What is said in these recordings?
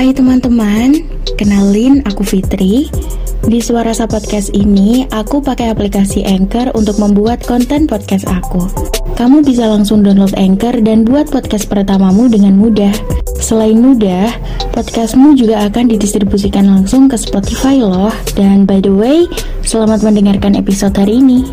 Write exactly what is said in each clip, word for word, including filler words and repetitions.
Hai teman-teman, kenalin aku Fitri. Di Suarasa Podcast ini, aku pakai aplikasi Anchor untuk membuat konten podcast aku. Kamu bisa langsung download Anchor dan buat podcast pertamamu dengan mudah. Selain mudah, podcastmu juga akan didistribusikan langsung ke Spotify loh. Dan by the way, selamat mendengarkan episode hari ini.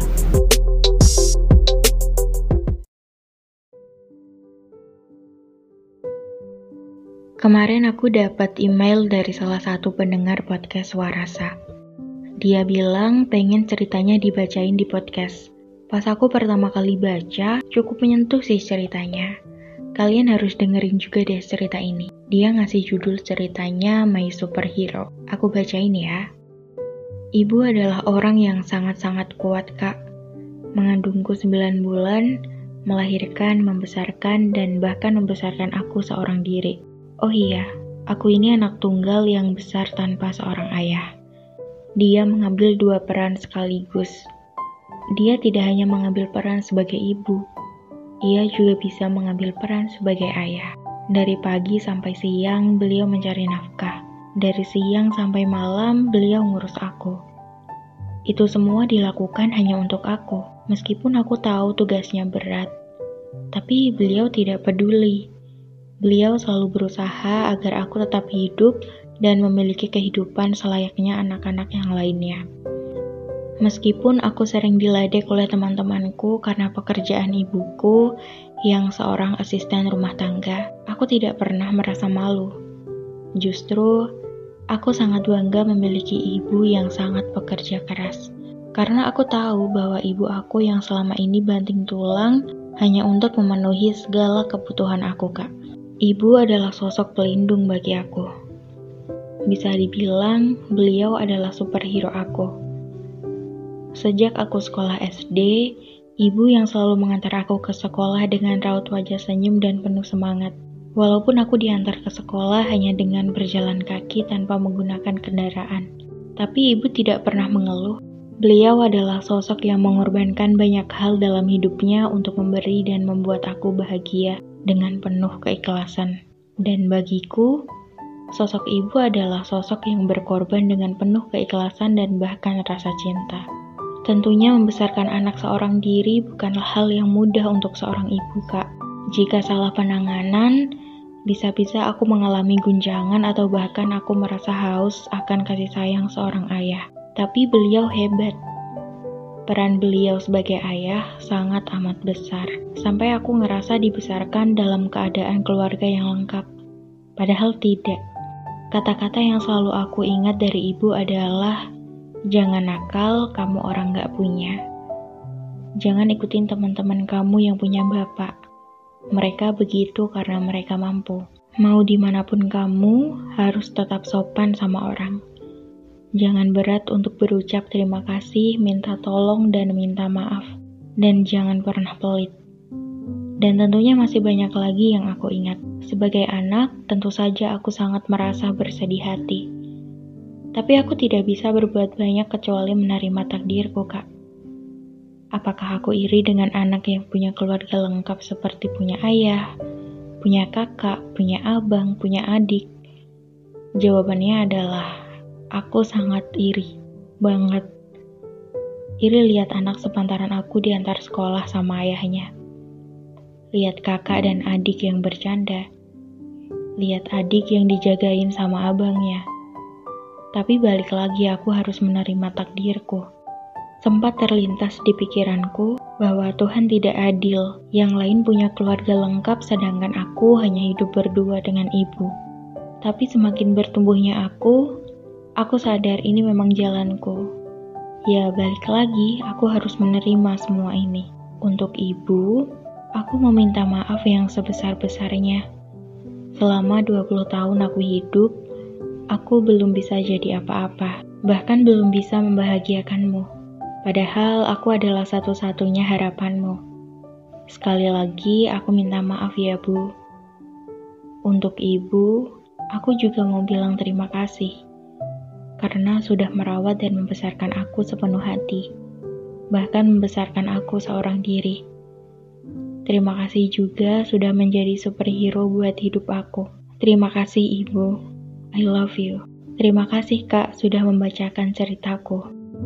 Kemarin aku dapat email dari salah satu pendengar podcast Suarasa. Dia bilang pengen ceritanya dibacain di podcast. Pas aku pertama kali baca, cukup menyentuh sih ceritanya. Kalian harus dengerin juga deh cerita ini. Dia ngasih judul ceritanya My Superhero. Aku bacain ya. Ibu adalah orang yang sangat-sangat kuat, Kak. Mengandungku sembilan bulan, melahirkan, membesarkan, dan bahkan membesarkan aku seorang diri. Oh iya, aku ini anak tunggal yang besar tanpa seorang ayah. Dia mengambil dua peran sekaligus. Dia tidak hanya mengambil peran sebagai ibu, ia juga bisa mengambil peran sebagai ayah. Dari pagi sampai siang, beliau mencari nafkah. Dari siang sampai malam, beliau ngurus aku. Itu semua dilakukan hanya untuk aku, meskipun aku tahu tugasnya berat. Tapi beliau tidak peduli. Beliau selalu berusaha agar aku tetap hidup dan memiliki kehidupan selayaknya anak-anak yang lainnya. Meskipun aku sering diledek oleh teman-temanku karena pekerjaan ibuku yang seorang asisten rumah tangga, aku tidak pernah merasa malu. Justru, aku sangat bangga memiliki ibu yang sangat pekerja keras. Karena aku tahu bahwa ibu aku yang selama ini banting tulang hanya untuk memenuhi segala kebutuhan aku, Kak. Ibu adalah sosok pelindung bagi aku. Bisa dibilang, beliau adalah superhero aku. Sejak aku sekolah S D, ibu yang selalu mengantar aku ke sekolah dengan raut wajah senyum dan penuh semangat. Walaupun aku diantar ke sekolah hanya dengan berjalan kaki tanpa menggunakan kendaraan. Tapi ibu tidak pernah mengeluh. Beliau adalah sosok yang mengorbankan banyak hal dalam hidupnya untuk memberi dan membuat aku bahagia dengan penuh keikhlasan. Dan bagiku, sosok ibu adalah sosok yang berkorban dengan penuh keikhlasan dan bahkan rasa cinta. Tentunya membesarkan anak seorang diri bukanlah hal yang mudah untuk seorang ibu, Kak. Jika salah penanganan, bisa-bisa aku mengalami guncangan atau bahkan aku merasa haus akan kasih sayang seorang ayah. Tapi beliau hebat. Peran beliau sebagai ayah sangat amat besar, sampai aku ngerasa dibesarkan dalam keadaan keluarga yang lengkap. Padahal tidak. Kata-kata yang selalu aku ingat dari ibu adalah, jangan nakal, kamu orang gak punya. Jangan ikutin teman-teman kamu yang punya bapak. Mereka begitu karena mereka mampu. Mau dimanapun kamu, harus tetap sopan sama orang. Jangan berat untuk berucap terima kasih, minta tolong, dan minta maaf. Dan jangan pernah pelit. Dan tentunya masih banyak lagi yang aku ingat. Sebagai anak, tentu saja aku sangat merasa bersedih hati. Tapi aku tidak bisa berbuat banyak kecuali menerima takdirku, Kak. Apakah aku iri dengan anak yang punya keluarga lengkap seperti punya ayah, punya kakak, punya abang, punya adik? Jawabannya adalah aku sangat iri, banget. Iri lihat anak sepantaran aku diantar sekolah sama ayahnya. Lihat kakak dan adik yang bercanda. Lihat adik yang dijagain sama abangnya. Tapi balik lagi aku harus menerima takdirku. Sempat terlintas di pikiranku bahwa Tuhan tidak adil. Yang lain punya keluarga lengkap sedangkan aku hanya hidup berdua dengan ibu. Tapi semakin bertumbuhnya aku, aku sadar ini memang jalanku. Ya balik lagi, aku harus menerima semua ini. Untuk ibu, aku meminta maaf yang sebesar-besarnya. Selama dua puluh tahun aku hidup, aku belum bisa jadi apa-apa. Bahkan belum bisa membahagiakanmu. Padahal aku adalah satu-satunya harapanmu. Sekali lagi, aku minta maaf ya Bu. Untuk ibu, aku juga mau bilang terima kasih. Karena sudah merawat dan membesarkan aku sepenuh hati. Bahkan membesarkan aku seorang diri. Terima kasih juga sudah menjadi superhero buat hidup aku. Terima kasih Ibu. I love you. Terima kasih Kak sudah membacakan ceritaku.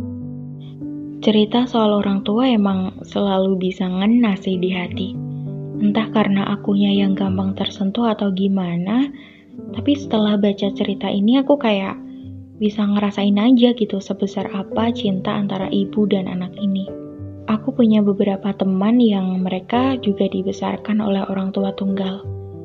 Cerita soal orang tua emang selalu bisa ngena sih di hati. Entah karena akunya yang gampang tersentuh atau gimana, tapi setelah baca cerita ini aku kayak bisa ngerasain aja gitu sebesar apa cinta antara ibu dan anak ini. Aku punya beberapa teman yang mereka juga dibesarkan oleh orang tua tunggal.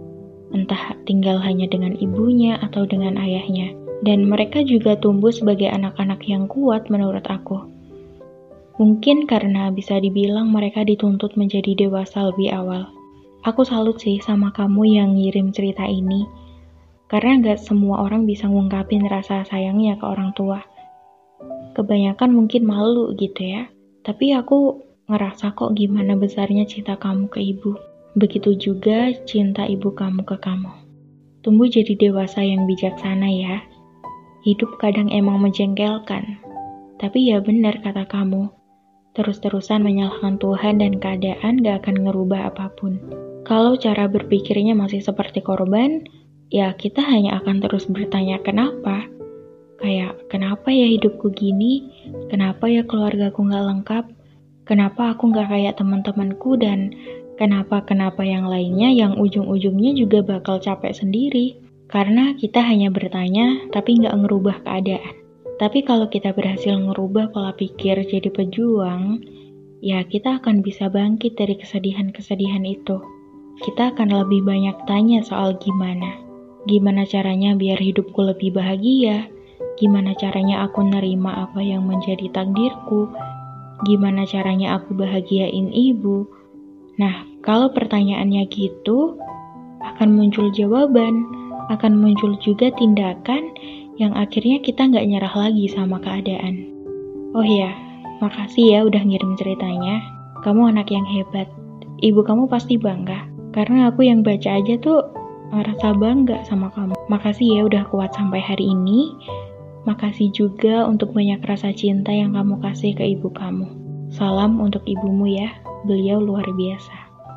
Entah tinggal hanya dengan ibunya atau dengan ayahnya. Dan mereka juga tumbuh sebagai anak-anak yang kuat menurut aku. Mungkin karena bisa dibilang mereka dituntut menjadi dewasa lebih awal. Aku salut sih sama kamu yang ngirim cerita ini. Karena gak semua orang bisa ngungkapin rasa sayangnya ke orang tua. Kebanyakan mungkin malu gitu ya. Tapi aku ngerasa kok gimana besarnya cinta kamu ke ibu. Begitu juga cinta ibu kamu ke kamu. Tumbuh jadi dewasa yang bijaksana ya. Hidup kadang emang menjengkelkan. Tapi ya benar kata kamu. Terus-terusan menyalahkan Tuhan dan keadaan gak akan ngerubah apapun. Kalau cara berpikirnya masih seperti korban, ya kita hanya akan terus bertanya kenapa. Kayak, kenapa ya hidupku gini? Kenapa ya keluargaku gak lengkap? Kenapa aku gak kayak teman-temanku? Dan kenapa-kenapa yang lainnya yang ujung-ujungnya juga bakal capek sendiri. Karena kita hanya bertanya, tapi gak ngerubah keadaan. Tapi kalau kita berhasil ngerubah pola pikir jadi pejuang, ya kita akan bisa bangkit dari kesedihan-kesedihan itu. Kita akan lebih banyak tanya soal gimana. Gimana caranya biar hidupku lebih bahagia? Gimana caranya aku nerima apa yang menjadi takdirku? Gimana caranya aku bahagiain ibu? Nah, kalau pertanyaannya gitu, akan muncul jawaban, akan muncul juga tindakan yang akhirnya kita nggak nyerah lagi sama keadaan. Oh iya, makasih ya udah ngirim ceritanya. Kamu anak yang hebat. Ibu kamu pasti bangga. Karena aku yang baca aja tuh ngerasa bangga sama kamu. Makasih ya udah kuat sampai hari ini. Makasih juga untuk banyak rasa cinta yang kamu kasih ke ibu kamu. Salam untuk ibumu ya. Beliau luar biasa.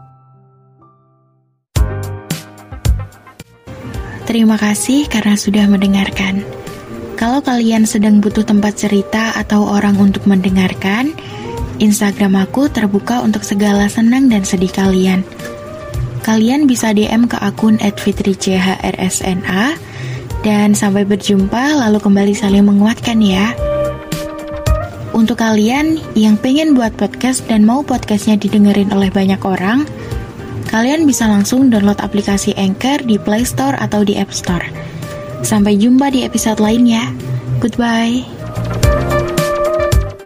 Terima kasih karena sudah mendengarkan. Kalau kalian sedang butuh tempat cerita atau orang untuk mendengarkan, Instagram aku terbuka untuk segala senang dan sedih kalian. Kalian bisa D M ke akun et fitri c h r s n a dan sampai berjumpa lalu kembali saling menguatkan ya. Untuk kalian yang pengen buat podcast dan mau podcastnya didengerin oleh banyak orang, kalian bisa langsung download aplikasi Anchor di Play Store atau di App Store. Sampai jumpa di episode lainnya. Goodbye.